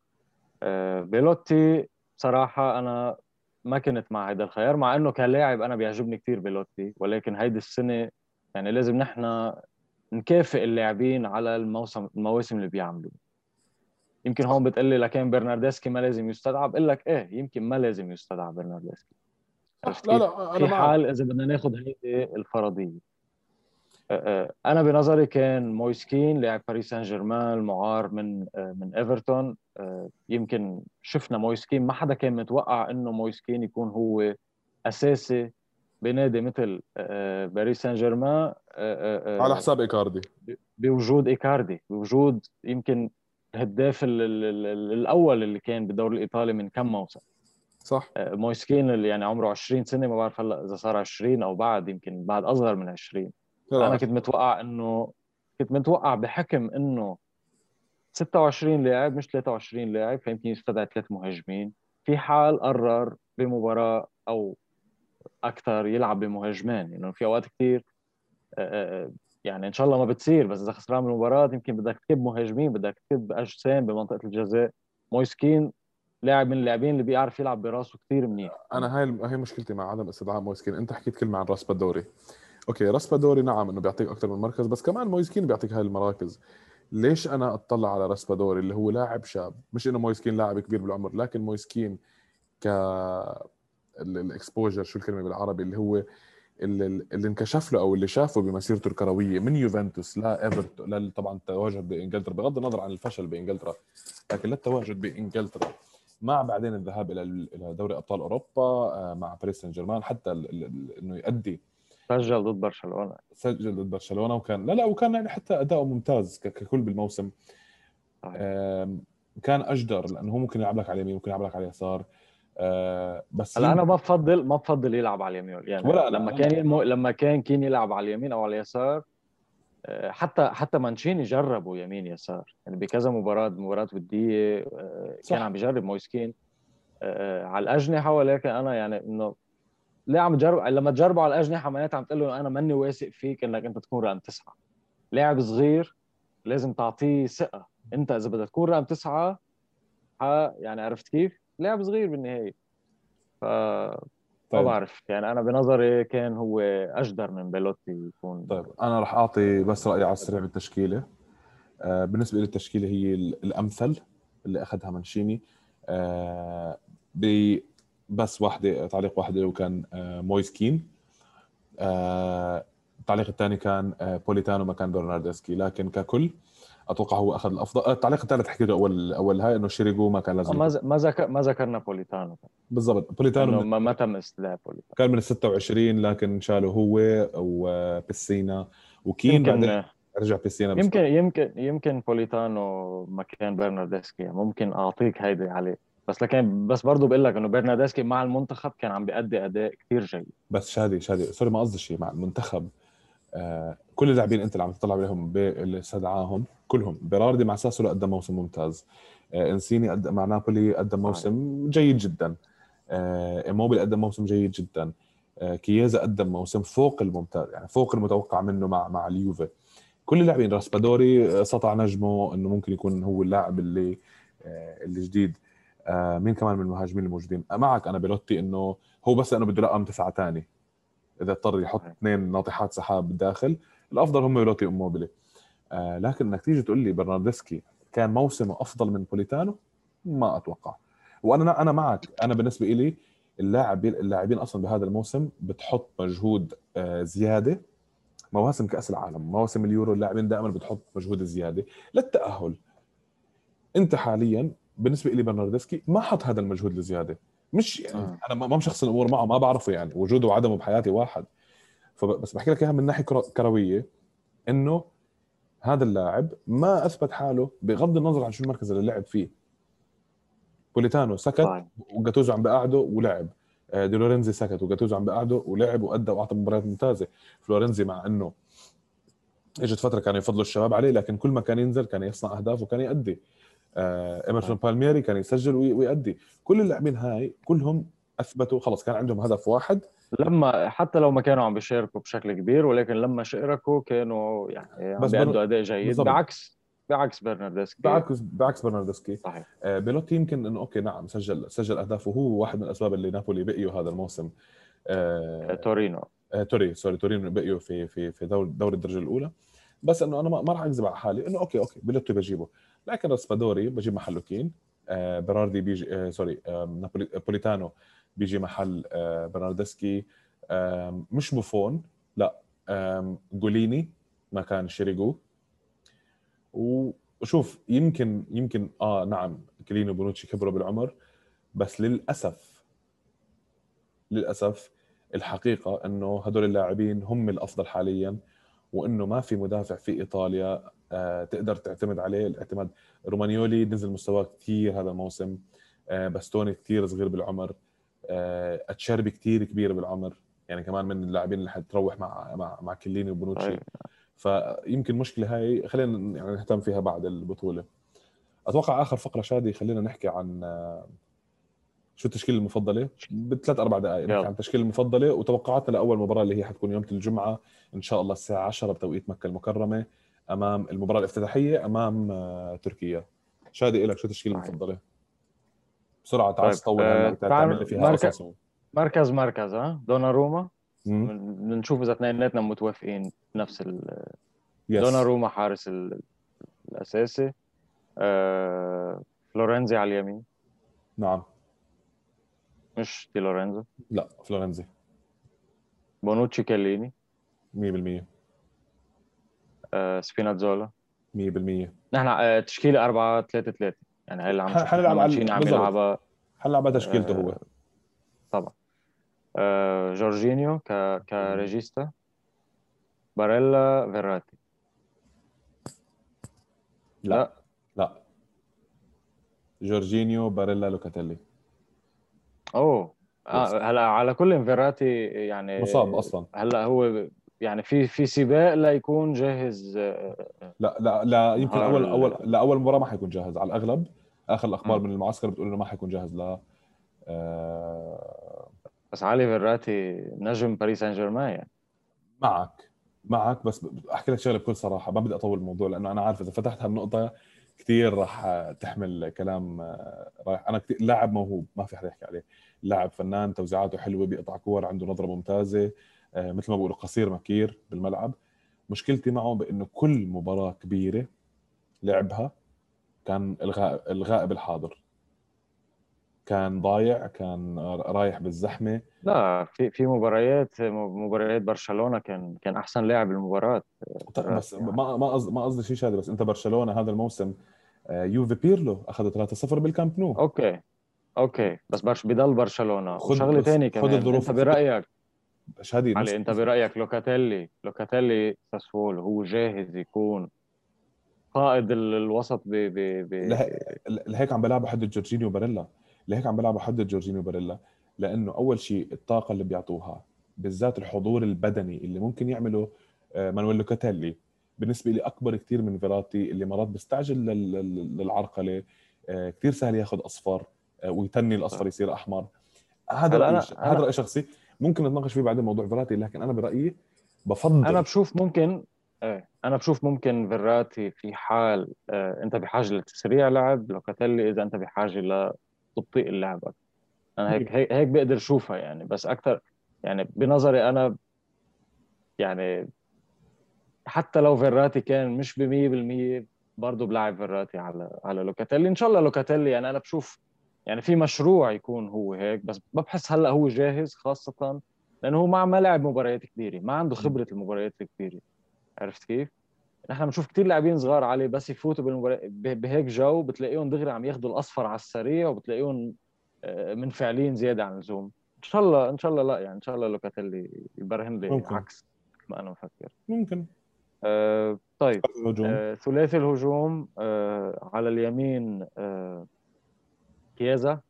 بيلوتي بصراحة أنا ما كنت مع هيدا الخيار، مع إنه كلاعب أنا بيعجبني كثير بيلوتي، ولكن هيدي السنة يعني لازم نحن نكافئ اللاعبين على المواسم اللي بيعملوا. يمكن صح. هون بتقلي لكن برناردسكي ما لازم يستدعى، بقول لك ايه يمكن ما لازم يستدعى برناردسكي. صح، عرفت لا كيف؟ لا انا في معك. حال اذا بدنا ناخذ هيدي الفرضيه. انا بنظري كان مويسكين لاعب باريس سان جيرمان المعار من ايفرتون. يمكن شفنا مويسكين، ما حدا كان متوقع انه مويسكين يكون هو اساسي بنادي مثل باريس سان جيرمان، على حساب ايكاردي. بوجود ايكاردي، بوجود يمكن الهداف الاول اللي كان بالدوري الايطالي من كم موسم. صح. مويسكين اللي يعني عمره 20 سنه، ما بعرف هلا اذا صار 20 او بعد، يمكن بعد اصغر من 20. لا فانا لا. كنت متوقع بحكم انه 26 لاعب مش 23 لاعب، فيمكن يستدعي 3 مهاجمين في حال قرر بمباراه او اكثر يلعب بمهاجمين، لانه يعني في اوقات كثير يعني ان شاء الله ما بتصير، بس اذا خسران من المباراه يمكن بدك تكب مهاجمين، بدك تكب اجسام بمنطقه الجزاء. مويسكين لاعب من اللاعبين اللي بيعرف يلعب براسه كثير منيح كمان. انا هاي مشكلتي مع عدم استدعاء مويسكين. انت حكيت كلمه عن راسبادوري، اوكي راسبادوري نعم انه بيعطيك اكثر من مركز، بس كمان مويسكين بيعطيك هاي المراكز. ليش انا اطلع على راسبادوري اللي هو لاعب شاب، مش انه مويسكين لاعب كبير بالعمر، لكن مويسكين ك الاكسبوجر، شو الكلمه بالعربي، اللي هو اللي انكشف له او اللي شافه بمسيرته الكرويه من يوفنتوس لا ايفرتون، لا طبعا التواجد بانجلترا بغض النظر عن الفشل بانجلترا، لكن للتواجد بانجلترا مع بعدين الذهاب الى دوري ابطال اوروبا مع باريس سان جيرمان، حتى انه يؤدي. سجل ضد برشلونه. سجل ضد برشلونه وكان لا وكان يعني حتى اداؤه ممتاز ككل بالموسم. صحيح. كان اجدر لانه هو ممكن يلعب لك على اليمين، ممكن يلعب لك على اليسار. بس هلا انا ما بفضل يلعب على اليمين، يعني ولا انا لما كان كين يلعب على اليمين او على اليسار. حتى مانشيني جربوا يمين يسار يعني بكذا مباراه وديه. كان عم صح. بيجرب مويسكين على الاجنحه، ولكن انا يعني انه ليه عم تجرب؟ لما تجربه على الاجنحه معناتها عم تقول له انا ماني واثق فيك انك انت تكون رقم 9. لاعب صغير لازم تعطيه ثقه. انت اذا بدك تكون رقم 9 يعني عرفت كيف؟ لاعب صغير بالنهايه. ف ما طيب. بعرف يعني، انا بنظري كان هو اجدر من بيلوتي يكون. طيب انا راح اعطي بس رايي على السريع بالتشكيله. بالنسبه لي التشكيله هي الامثل اللي اخذها مانشيني. آه، بس واحده تعليق واحده وكان مويسكين. التعليق الثاني كان بوليتانو مكان برناردسكي، لكن ككل اتوقع هو اخذ الافضل. التعليق الثالث حكيته اول هاي انه شيريجو ما كان لازم يكون. ما ذكرنا بوليتانو، بالضبط بوليتانو انه ما تم استدعاء بوليتانو. كان من ال 26 لكن شاله هو وبيسينا وكين، بعدين يمكن رجع بيسينا بس. يمكن بوليتانو مكان برناردسكي، يعني ممكن اعطيك هيدي عليه. بس برضه بقول لك انه برناردسكي مع المنتخب كان عم بيأدي اداء كثير جيد. بس شادي سوري ما قصدي شيء مع المنتخب. كل اللاعبين انت اللي عم تطلع عليهم اللي استدعاهم كلهم، بيراردي مع ساسولو قدم موسم ممتاز. انسيني قدم مع نابولي قدم صحيح. موسم جيد جدا. ايموبيل قدم موسم جيد جدا. كييزا قدم موسم فوق الممتاز، يعني فوق المتوقع منه مع اليوفي. كل اللاعبين، راسبادوري سطع نجمه انه ممكن يكون هو اللاعب اللي الجديد. مين كمان من المهاجمين الموجودين معك؟ انا بيلوتي انه هو بس انه بده رقم 9 ثاني، اذا اضطر يحط اثنين ناطحات سحاب بالداخل الافضل هم بيلوتي وموبيلي. لكن انك تيجي تقول لي برناردسكي كان موسمه افضل من بوليتانو، ما اتوقع. وانا معك، انا بالنسبه لي اللاعبين اصلا بهذا الموسم بتحط مجهود زياده. مواسم كاس العالم، مواسم اليورو، اللاعبين دائما بتحط مجهود زياده للتاهل. انت حاليا بالنسبه لي برناردسكي ما حط هذا المجهود الزياده. مش يعني انا ما مشخص الامور معه، ما بعرفه، يعني وجوده وعدمه بحياتي واحد. فبس بحكي لك اياها من ناحيه كرويه، انه هذا اللاعب ما اثبت حاله بغض النظر عن شو المركز اللي لعب فيه. بوليتانو سكت وجاتوزو عم بقعده ولعب، دي لورينزي سكت وجاتوزو عم بقعده ولعب وادى واعطى مباريات ممتازه. فلورينزي مع انه اجت فتره كانوا يفضلوا الشباب عليه، لكن كل ما كان ينزل كان يصنع اهداف وكان يؤدي. إمرسون بالميري كان يسجل ويؤدي. كل اللاعبين هاي كلهم اثبتوا خلص كان عندهم هدف واحد. لما حتى لو ما كانوا عم بيشاركوا بشكل كبير، ولكن لما شاركوا كانوا يعني عم بس بيأدوا أداء جيد، بالضبط بعكس برناردسكي. بعكس برناردسكي. صحيح. بيلوتي يمكن انه اوكي نعم سجل اهداف، وهو واحد من الاسباب اللي نابولي بقيوا هذا الموسم. تورينو. تورينو بقيوا في دوري الدرجه الاولى. بس انه انا ما راح اكذب على حالي انه اوكي بيلوتي بجيبه، لكن راسبادوري بجيب محله كين. براردي بيجي بوليتانو بيجي محل برناردسكي. مش بوفون، لا. جوليني ما كان شيريجو. وشوف يمكن نعم كلينو بونوتشي كبروا بالعمر، بس للاسف الحقيقه انه هدول اللاعبين هم الافضل حاليا، وانه ما في مدافع في ايطاليا تقدر تعتمد عليه الاعتماد. رومانيولي نزل مستواه كثير هذا الموسم. باستوني كثير صغير بالعمر. اتشيربي كثير كبير بالعمر، يعني كمان من اللاعبين اللي حتروح مع كليني وبونوتشي. طيب. فيمكن مشكله هاي خلينا يعني نهتم فيها بعد البطوله. اتوقع اخر فقره شادي خلينا نحكي عن شو التشكيله المفضله بثلاث اربع دقائق. نحكي عن التشكيله المفضله وتوقعاتنا لاول مباراه اللي هي حتكون يوم الجمعه ان شاء الله الساعه 10 بتوقيت مكه المكرمه، امام المباراه الافتتاحيه امام تركيا. شادي لك شو التشكيله المفضله بسرعه؟ تعال طيب. تطول هلا وتعمل لي فيها قصص. مركز دوناروما. بنشوف اذا اثنيناتنا متوافقين بنفس دوناروما حارس الاساسي. فلورنزي على اليمين. نعم. مش دي لورينزو. لا فلورنزي. بونوتشي كاليني 100%. سبيناتزولا 100%. نحن تشكيله 4-3-3، يعني هاي اللي عم نشوف حنلعب مانشيني عم يلعبها. حنلعب تشكيلته هو طبعا. جورجينيو كريجيستا. باريلا فيراتي. لا جورجينيو باريلا لوكاتيلي. اوه هلا على كل فيراتي يعني مصاب اصلا. هلا هو يعني في سباق لا يكون جاهز. لا يمكن اول مباراه ما حيكون جاهز على الاغلب. اخر الاخبار من المعسكر بتقول انه ما حيكون جاهز. لا بس علي فيراتي نجم باريس سان جيرمان يعني. معك بس احكي لك شغله بكل صراحه، ما بدي اطول الموضوع لانه انا عارف اذا فتحتها بنقطه كثير راح تحمل كلام رايح. انا كثير لاعب موهوب ما في حدا يحكي عليه، لاعب فنان، توزيعاته حلوه، بيقطع كور، عنده نظره ممتازه، مثل ما بقولوا قصير مكير بالملعب. مشكلتي معه بانه كل مباراه كبيره لعبها كان الغائب الحاضر، كان ضايع، كان رايح بالزحمه. لا في مباريات برشلونه كان احسن لاعب المباراه. بس ما قصدي شيء شادي، بس انت برشلونه هذا الموسم يوفي بيرلو اخذوا 3-0 بالكامب نو. اوكي بس بضل برشلونه. وشغله بس ثانيه خذ كمان، الظروف انت برايك شادي علي، انت برايك لوكاتيلي ساسول هو جاهز يكون قائد الوسط لهيك عم بلعبوا حد جورجينيو باريلا. لانه اول شيء الطاقه اللي بيعطوها، بالذات الحضور البدني اللي ممكن يعمله مانويل لوكاتيلي، بالنسبه لي اكبر كثير من فيراتي اللي مرات بيستعجل للعرقله. كثير سهل ياخذ اصفر ويتني الاصفر يصير احمر. هذا رايي شخصي، ممكن نتناقش فيه بعدين موضوع فيراتي، لكن انا برايي انا بفضل. بشوف ايه انا بشوف ممكن فيراتي في حال انت بحاجه لتسريع لعب، لوكاتيلي اذا انت بحاجه لتبطيء اللعب أكتر. انا هيك بقدر اشوفها يعني، بس اكثر يعني بنظري انا يعني. حتى لو فيراتي كان مش ب 100% برضه بلعب فيراتي على لوكاتيلي ان شاء الله. لوكاتيلي يعني انا بشوف يعني في مشروع يكون هو هيك، بس ببحث هلا هو جاهز، خاصه لانه هو ما لعب مباريات كثيره، ما عنده مم. خبره المباريات الكثيره. عرفت كيف؟ نحن بنشوف كثير لاعبين صغار عليه، بس يفوتوا بهيك جو بتلاقيهم دغري عم ياخذوا الاصفر على السريع، وبتلاقيهم منفعلين زياده عن اللزوم. ان شاء الله ان شاء الله، لا يعني ان شاء الله لوكاتيلي يبرهن لي ممكن. عكس ما انا مفكر. ممكن. طيب. الهجوم. ثلاثي الهجوم على اليمين كيازا،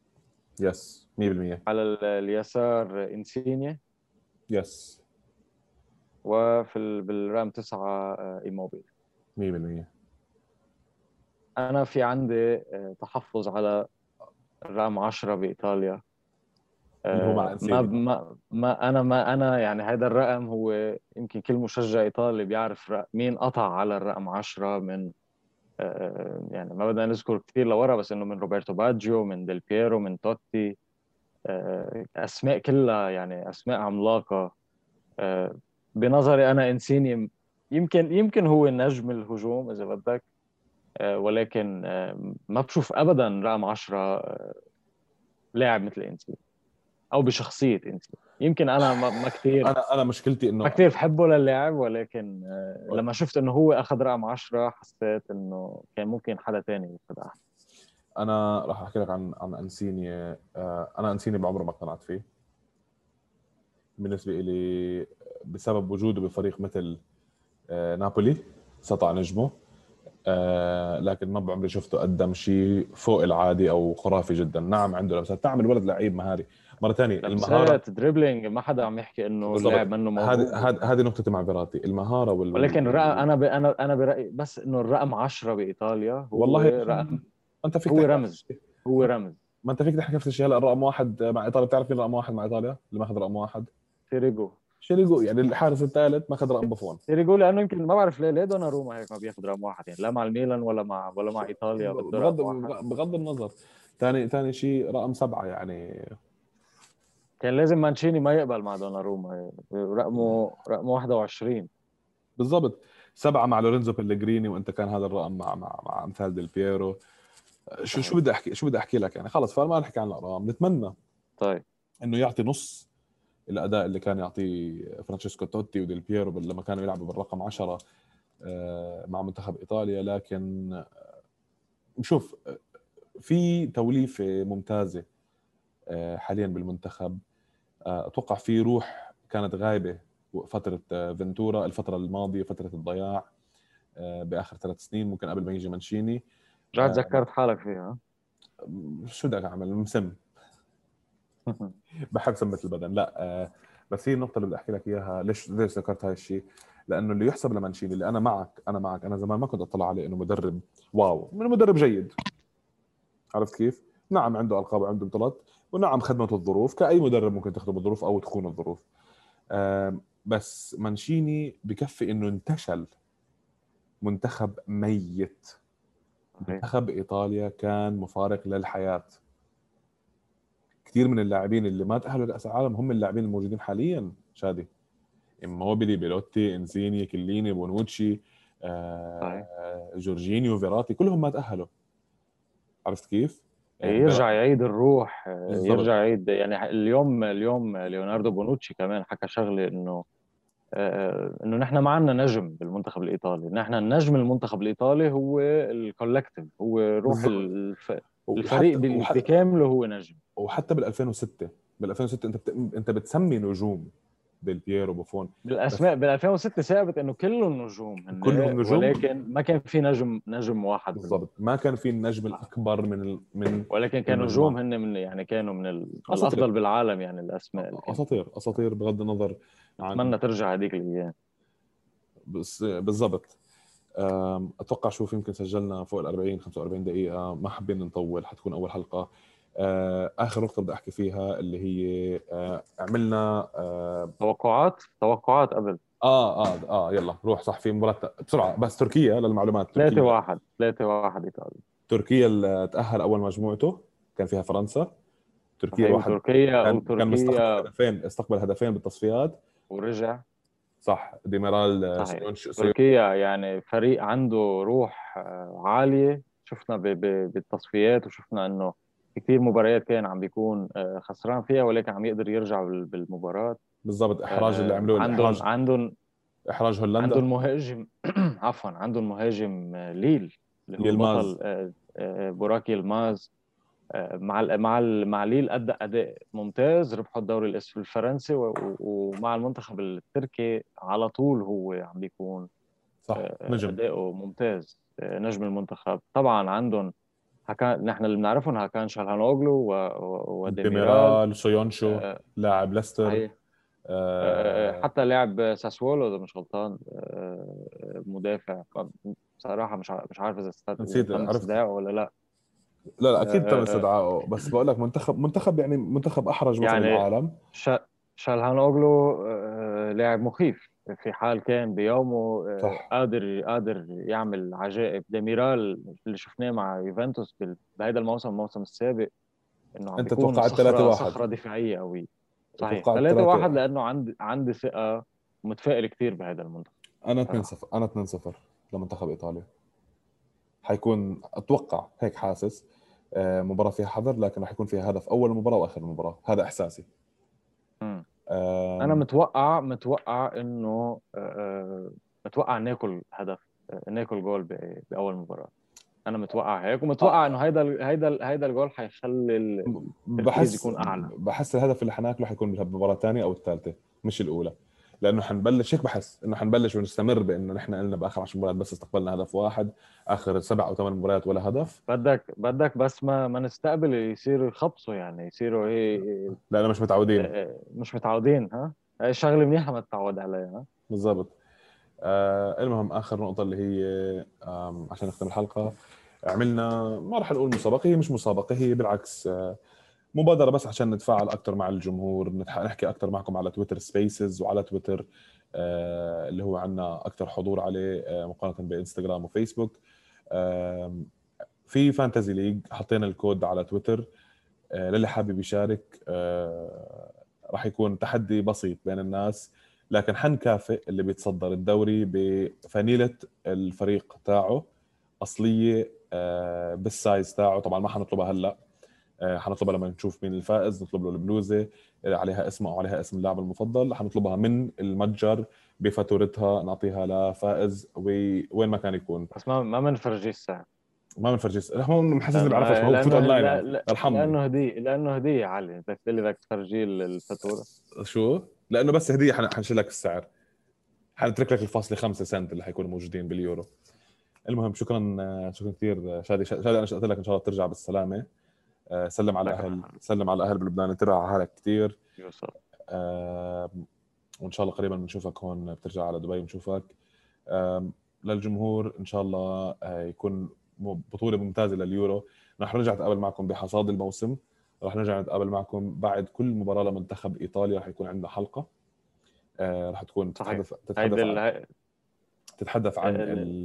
يس 100%. على اليسار انسينيا، يس وفي بالرام تسعة ايموبيل. 100%. انا في عندي تحفظ على الرام 10 بايطاليا. اللي هو مع انسيني. ما انا يعني هذا الرقم هو يمكن كل مشجع ايطالي بيعرف مين قطع على الرقم 10 من يعني ما بدنا نذكر كثير لورا، بس انه من روبرتو باجيو، من ديل بييرو، من توتي. اسماء كلها يعني اسماء عملاقه. آه، بنظري انا انسيني يمكن هو نجم الهجوم اذا بدك. ولكن ما بشوف ابدا رقم 10 لاعب مثل انسيني او بشخصيه انسيني. يمكن انا ما كثير انا مشكلتي ما انه كثير بحبه للاعب، ولكن لما شفت انه هو اخذ رقم 10 حسيت انه كان ممكن حدا تاني ياخذ احسن. انا راح احكي لك عن انسيني. انا انسيني بعمره ما اقتنعت فيه بالنسبه لي، بسبب وجوده بفريق مثل نابولي سطع نجمه. لكن ما بعمري شفته قدم شيء فوق العادي او خرافي جدا. نعم عنده لمسات، نعم الولد لعيب مهاري. مره ثانيه المهاره. لمسات دريبلينج، ما حدا عم يحكي انه اللاعب بالضبط. منه هذه موهوب هذه هذه نقطتي مع فيراتي، المهاره ولكن الرقم انا برايي بس انه الرقم 10 بايطاليا هو والله رقم، انت فيك هو تحكي نفس رمز. الشيء. هو رمز. ما انت فيك تحكي نفس الشيء. هلا رقم واحد مع ايطاليا، بتعرف مين رقم واحد مع ايطاليا اللي ماخذ رقم واحد؟ سيريجو. شيريجو. يعني الحارس الثالث ماخذ رقم بوفون. سيريجو لانه يمكن ما بعرف ليه دوناروما هيك ما بياخذ رقم واحد يعني، لا مع الميلان ولا مع ايطاليا بده بغض رقم واحد. بغض النظر. ثاني شيء رقم سبعه يعني. كان لازم مانشيني ما يقبل مع دوناروما، رقمه 21. بالضبط. سبعه مع لورينزو بيلغريني، وانت كان هذا الرقم مع امثال ديل بييرو. شو صحيح. بدي احكي، شو بدي احكي لك يعني. خلص فما نحكي عن الارقام. نتمنى طيب. انه يعطي نص الاداء اللي كان يعطيه فرانشيسكو توتي وديل بييرو لما كانوا يلعبوا بالرقم 10 مع منتخب ايطاليا. لكن شوف، في توليفه ممتازه حاليا بالمنتخب. اتوقع في روح كانت غايبه فتره فنتورا الفتره الماضيه، فتره الضياع باخر 3 سنين ممكن قبل ما يجي مانشيني. رجعت ذكرت حالك فيها. شو بدك اعمل؟ مسم. بحب سمة البدن. لا بس هي النقطة اللي بدي احكي لك اياها. ليش ذكرت هاي الشيء؟ لانه اللي يحسب لمانشيني، اللي انا معك انا زمان ما كنت اطلع عليه انه مدرب واو، من مدرب جيد. عرفت كيف؟ نعم عنده القاب وعنده بطولات، ونعم خدمته الظروف كاي مدرب ممكن تخدم الظروف او تكون الظروف. بس مانشيني بكفي انه انتشل منتخب ميت. صحيح. منتخب ايطاليا كان مفارق للحياة. كثير من اللاعبين اللي ما تأهلوا لكأس العالم هم اللاعبين الموجودين حاليا. شادي، إموبيلي، بيلوتي، إنزيني، كليني، بونوتشي، صحيح. جورجينيو، فيراتي، كلهم ما تأهلوا. عرفت كيف؟ يعني يرجع يعيد الروح، يرجع بالضبط. يعيد يعني. اليوم ليوناردو بونوتشي كمان حكى شغله انه نحن ما عندنا نجم بالمنتخب الايطالي، نحن النجم المنتخب الايطالي هو الكولكتيف، هو روح بالضبط. الفريق وحتى بكامله هو نجم. وحتى بال 2006، انت بتسمي نجوم ديل بييرو، بوفون. بس بالاسماء بال 2006 ثابت انه كلهم نجوم هن، كلهم نجوم. ولكن ما كان في نجم واحد بالضبط. ما كان في النجم الاكبر من ولكن كانوا نجوم المجموعه. هن من يعني كانوا من اساطير. الافضل بالعالم يعني، الاسماء اللي كانت. اساطير بغض النظر عن. اتمنى ترجع هذيك الايام. بس بالضبط. اتوقع شوف يمكن سجلنا فوق ال 40 45 دقيقه، ما حابين نطول، حتكون اول حلقه. اخر نقطه بدي احكي فيها اللي هي عملنا توقعات قبل. يلا روح. صح، في مباراة بسرعة بس. تركيا للمعلومات، 3-1 3-1 إيطاليا. تركيا اللي تأهل أول مجموعته كان فيها فرنسا. تركيا صحيح. الواحد وتركيا كان مستقبل وتركيا هدفين، استقبل هدفين بالتصفيات. ورجع. صح، ديميرال صحيح. تركيا يعني فريق عنده روح عالية. شفنا بالتصفيات، وشفنا انه في كثير مباريات كان عم بيكون خسران فيها، ولكن عم يقدر يرجع بالمباراة. بالضبط. إحراج اللي عملوه، عندهم الإحراج، عندهم إحراج هولندا. عندهم مهاجم عفوا، عندهم مهاجم ليل اللي هو يلماز. بطل بوراك يلماز. مع ليل أدى أداء ممتاز، ربحوا الدوري الفرنسي، ومع المنتخب التركي على طول هو عم بيكون صح، نجم. أداؤه ممتاز. نجم المنتخب طبعا. عندهم نحن اللي بنعرفهم هاكان شالهانوغلو وديميرال. ديميرال، سويونشو، آه، لاعب ليستر. صحيح. آه، حتى لاعب ساسولو إذا مش غلطان، مدافع. بصراحة مش عارف إذا نسيت، تم عرفت. استدعائه ولا لا. لا لا، اكيد تم آه، استدعائه، بس بقول لك منتخب يعني منتخب احرج بطل يعني العالم. شالهانوغلو لاعب مخيف في حال كان بيومه. صح. قادر يعمل عجائب. ديميرال اللي شفناه مع يوفنتوس بهذا الموسم السابق، انه عم انت بيكون توقعت 3-1؟ صخرة دفاعية قوية. صحيح. توقعت 3-1 3. لانه عندي ثقة ومتفائل كثير بهذا المنتخب انا صراحة. 2-0، انا 2-0 لمنتخب ايطاليا. حيكون اتوقع هيك حاسس. مباراة فيها حذر، لكن راح يكون فيها هدف اول المباراة واخر المباراة، هذا احساسي. مم. انا آم، متوقع انه متوقع ناكل هدف، ناكل جول باول مباراة. انا متوقع هيك، ومتوقع انه آه، هيدا الجول حيخلي التركيز بحس يكون اعلى. بحس الهدف اللي حناكله حيكون بالمباراة الثانية او الثالثة، مش الاولى. لانه حنبلش هيك، بحس انه حنبلش ونستمر بانه نحن قلنا باخر 10 مباريات بس استقبلنا هدف واحد، اخر 7 او 8 مباريات ولا هدف. بدك بس ما نستقبل يصيروا يخبصوا، يعني يصيروا هي لانه مش متعودين. مش متعودين. ها، هاي شغله منيحه ما تتعود عليها. بالضبط. المهم اخر نقطة اللي هي عشان نختم الحلقة. عملنا، ما راح نقول مسابقة، هي مش مسابقة، هي بالعكس مبادرة بس عشان نتفاعل أكثر مع الجمهور، نحكي أكثر معكم على تويتر سبيسز وعلى تويتر، اللي هو عنا أكثر حضور عليه مقارنة بإنستغرام وفيسبوك. في فانتزي ليج حطينا الكود على تويتر، للي حابب يشارك. راح يكون تحدي بسيط بين الناس، لكن حنكافئ اللي بيتصدر الدوري بفانيلة الفريق تاعه أصلية، بالسايز تاعه. طبعا ما حنطلبها هلأ، حنطلبها لما نشوف مين الفائز، نطلب له البلوزه عليها اسمه او عليها اسم اللاعب المفضل. حنطلبها من المتجر بفاتورتها، نعطيها لفائز وين ما كان يكون. بس ما بنفرجي السعر. ما بنفرجيش، هو محسسني بعرفش، ما لانه هو بفوت لانه اونلاين لا يعني. لا ارحمني. لانه هديه عاليه، بدك تقول لي بدك تفرجي الفاتوره. شو؟ لانه بس هديه حنشيل لك السعر، حنترك لك الفاصلة 5 سنت اللي حيكونوا موجودين باليورو. المهم شكرا، شكرا كثير شادي انا اشتقت لك، ان شاء الله ترجع بالسلامه. سلم على الله كمان الاهل، حبيبي. سلم على الاهل بلبنان، انتبه على حالك كثير. يوصل. آه، وان شاء الله قريبا بنشوفك هون، بترجع على دبي بنشوفك. للجمهور ان شاء الله يكون بطوله ممتازه لليورو. رح نرجع نتقابل معكم بحصاد الموسم، رح نرجع نتقابل معكم بعد كل مباراه لمنتخب ايطاليا، رح يكون عندنا حلقه رح تكون صحيح. تتحدث هيدي تتحدث عن تتحدث عن ال...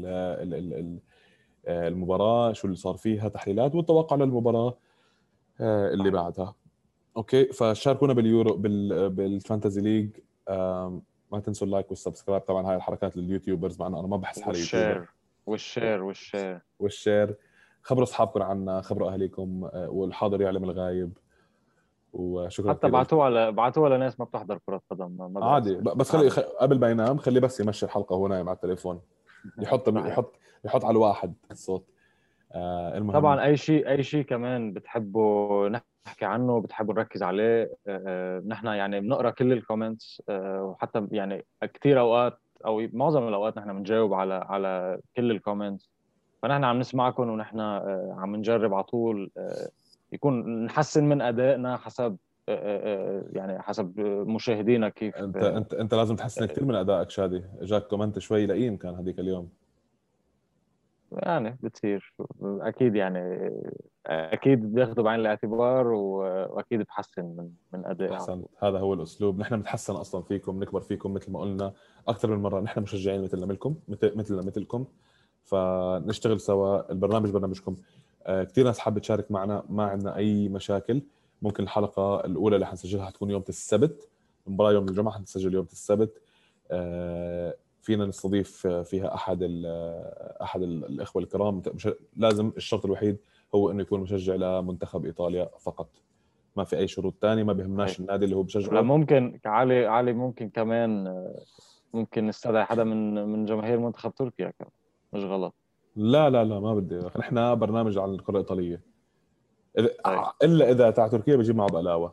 المباراه، شو اللي صار فيها، تحليلات والتوقع للمباراه اللي صحيح. بعدها. اوكي، فشاركونا باليورو بالفانتزي ليج. ما تنسوا اللايك والسبسكرايب، طبعا هاي الحركات لليوتيوبرز، مع انه انا ما بحس حالي يوتيوبر. والشير. والشير. خبروا اصحابكم عنا، خبروا اهاليكم، والحاضر يعلم الغايب. وشكرا حتى كثير لكم. بعتوها لناس ما بتحضر كرة قدم، ما عادي، بيأثر بس خلي عادي. قبل ما ينام خليه بس يمشي الحلقه وهو نايم على التليفون، يحط صحيح. يحط يحط على الواحد الصوت. المهم. طبعا اي شيء كمان بتحبوا نحكي عنه، بتحبوا نركز عليه. نحن يعني بنقرا كل الكومنتس، وحتى يعني كثير اوقات او معظم الاوقات نحن بنجاوب على كل الكومنتس. فنحن عم نسمعكم، ونحن عم نجرب على طول يكون نحسن من ادائنا حسب يعني حسب مشاهدينا كيف. انت لازم تحسن كثير من ادائك. شادي اجاك كومنت شوي لئيم كان هذيك اليوم. يعني بتصير اكيد يعني، اكيد بياخذوا بعين الاعتبار واكيد بحسن من ادائي على احسنت، طول. هذا هو الاسلوب. نحن بنتحسن اصلا فيكم، نكبر فيكم مثل ما قلنا اكثر من مره. نحن مشجعين مثلنا مثلكم، مثلنا مثلكم، فنشتغل سوا. البرنامج برنامجكم. كثير ناس حابه تشارك معنا، ما عندنا اي مشاكل. ممكن الحلقه الاولى اللي حنسجلها حتكون يوم السبت، المباراه يوم الجمعه، حنسجل يوم السبت. فينا نستضيف فيها احد الاخوه الكرام. مش لازم، الشرط الوحيد هو انه يكون مشجع لمنتخب ايطاليا فقط، ما في اي شروط تانية. ما صحيح. بيهمناش النادي اللي هو لا بشجعه. ممكن علي ممكن كمان، ممكن نستدعي حدا من جماهير منتخب تركيا كمان، مش غلط. لا لا لا، ما بدي يا أخي. نحن برنامج عن الكرة الإيطالية. طيب إلا إذا تاع تركيا بجيب معه بقلاوة.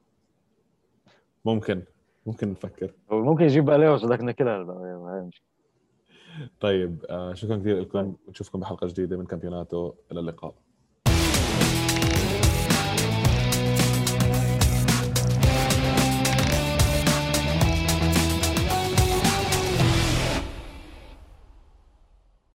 ممكن، ممكن نفكر. هو ممكن يجيب بقى بس بدك ناكلها البقلاوة، هاي مش. طيب شكرا كثير طيب لكم، ونشوفكم بحلقة جديدة من كامبيوناتو. إلى اللقاء.